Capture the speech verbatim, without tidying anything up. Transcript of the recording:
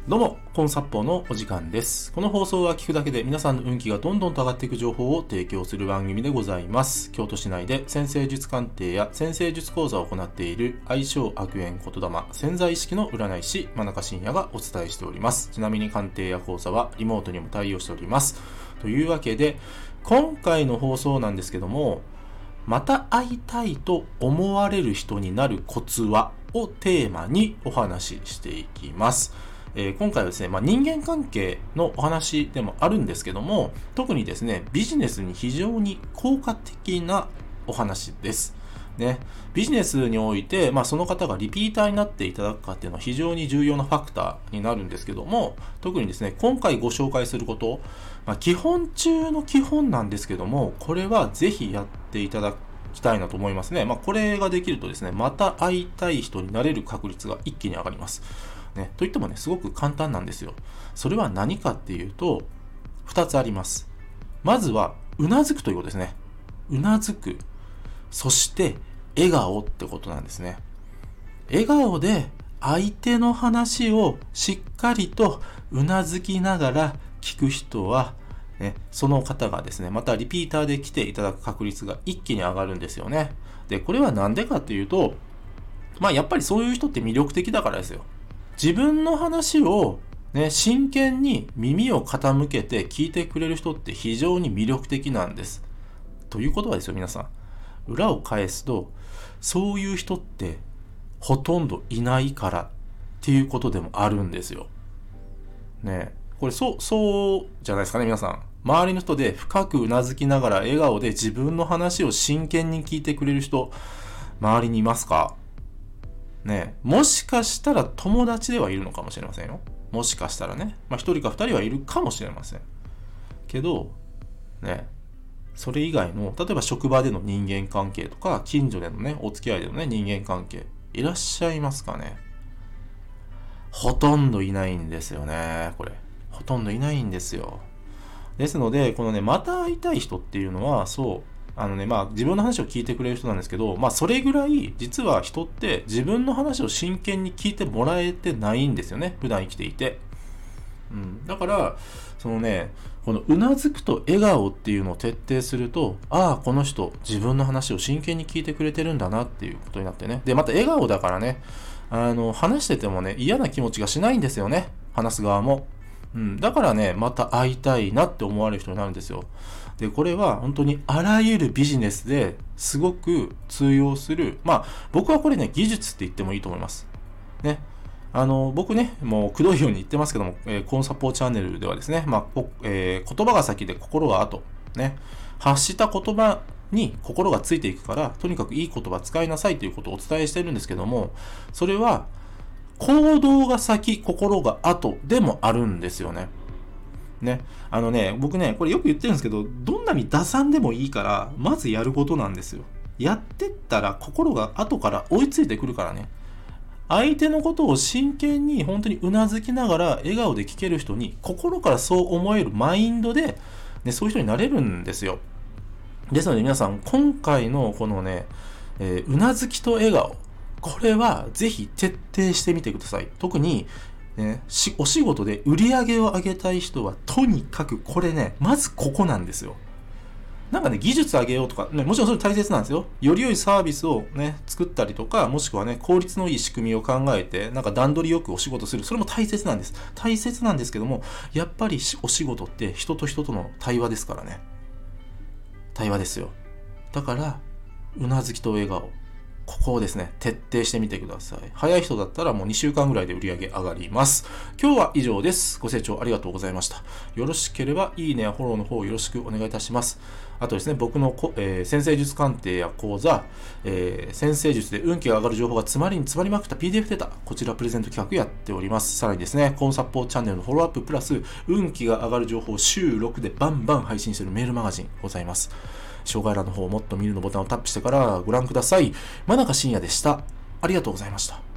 どうも、コンサッポーのお時間です。この放送は聞くだけで皆さんの運気がどんどんと上がっていく情報を提供する番組でございます。京都市内で先生術鑑定や先生術講座を行っている愛称悪縁言霊潜在意識の占い師真中信也がお伝えしております。ちなみに鑑定や講座はリモートにも対応しております。というわけで、今回の放送なんですけども、また会いたいと思われる人になるコツはをテーマにお話ししていきます。えー、今回はですね、まあ、人間関係のお話でもあるんですけども、特にですね、ビジネスに非常に効果的なお話です。ね、ビジネスにおいて、まあ、その方がリピーターになっていただくかっていうのは非常に重要なファクターになるんですけども、特にですね、今回ご紹介すること、まあ、基本中の基本なんですけども、これはぜひやっていただきたいなと思いますね。まあ、これができるとですね、また会いたい人になれる確率が一気に上がります。ね、といってもね、すごく簡単なんですよ。それは何かっていうと、二つあります。まずは、うなずくということですね。うなずく。そして、笑顔ってことなんですね。笑顔で相手の話をしっかりとうなずきながら聞く人は、ね、その方がですね、またリピーターで来ていただく確率が一気に上がるんですよね。で、これはなんでかっていうと、まあやっぱりそういう人って魅力的だからですよ。自分の話を、ね、真剣に耳を傾けて聞いてくれる人って非常に魅力的なんです。ということはですよ、皆さん。裏を返すと、そういう人ってほとんどいないからっていうことでもあるんですよ。ねえ。これそう、そうじゃないですかね、皆さん。周りの人で深くうなずきながら笑顔で自分の話を真剣に聞いてくれる人、周りにいますか？ね、もしかしたら友達ではいるのかもしれませんよ。もしかしたらね。まあ一人か二人はいるかもしれません。けど、ね、それ以外の、例えば職場での人間関係とか、近所でのね、お付き合いでのね、人間関係、いらっしゃいますかね？ほとんどいないんですよね、これ。ほとんどいないんですよ。ですので、このね、また会いたい人っていうのは、そう、あのね、まあ自分の話を聞いてくれる人なんですけど、まあそれぐらい実は人って自分の話を真剣に聞いてもらえてないんですよね。普段生きていて。うん。だから、そのね、このうなずくと笑顔っていうのを徹底すると、ああ、この人自分の話を真剣に聞いてくれてるんだなっていうことになってね。で、また笑顔だからね、あの、話しててもね、嫌な気持ちがしないんですよね。話す側も。うん。だからね、また会いたいなって思われる人になるんですよ。で、これは本当にあらゆるビジネスですごく通用する。まあ、僕はこれね、技術って言ってもいいと思います。ね。あの、僕ね、もうくどいように言ってますけども、えー、コンサポーチャンネルではですね、まあ、えー、言葉が先で心が後。ね。発した言葉に心がついていくから、とにかくいい言葉使いなさいということをお伝えしてるんですけども、それは、行動が先、心が後でもあるんですよね。ね。あのね、僕ね、これよく言ってるんですけど、どんなに打算でもいいから、まずやることなんですよ。やってったら心が後から追いついてくるからね。相手のことを真剣に本当にうなずきながら笑顔で聞ける人に、心からそう思えるマインドで、ね、そういう人になれるんですよ。ですので皆さん、今回のこのね、えー、うなずきと笑顔、これはぜひ徹底してみてください。特に、ね、しお仕事で売り上げを上げたい人はとにかくこれね、まずここなんですよ。なんかね、技術上げようとか、ね、もちろんそれ大切なんですよ。より良いサービスをね、作ったりとか、もしくはね、効率のいい仕組みを考えて、なんか段取りよくお仕事する。それも大切なんです。大切なんですけども、やっぱりお仕事って人と人との対話ですからね。対話ですよ。だから、うなずきと笑顔。ここをですね、徹底してみてください。早い人だったらもうにしゅうかんぐらいで売り上げ上がります。今日は以上です。ご清聴ありがとうございました。よろしければいいねやフォローの方よろしくお願いいたします。あとですね、僕のこ、えー、先生術鑑定や講座、えー、先生術で運気が上がる情報が詰まりに詰まりまくった ピーディーエフ データ、こちらプレゼント企画やっております。さらにですね、コンサポーチャンネルのフォローアッププラス、運気が上がる情報を週ろくでバンバン配信しているメールマガジンございます。紹介欄の方をもっと見るのボタンをタップしてからご覧ください。真中信也でした。ありがとうございました。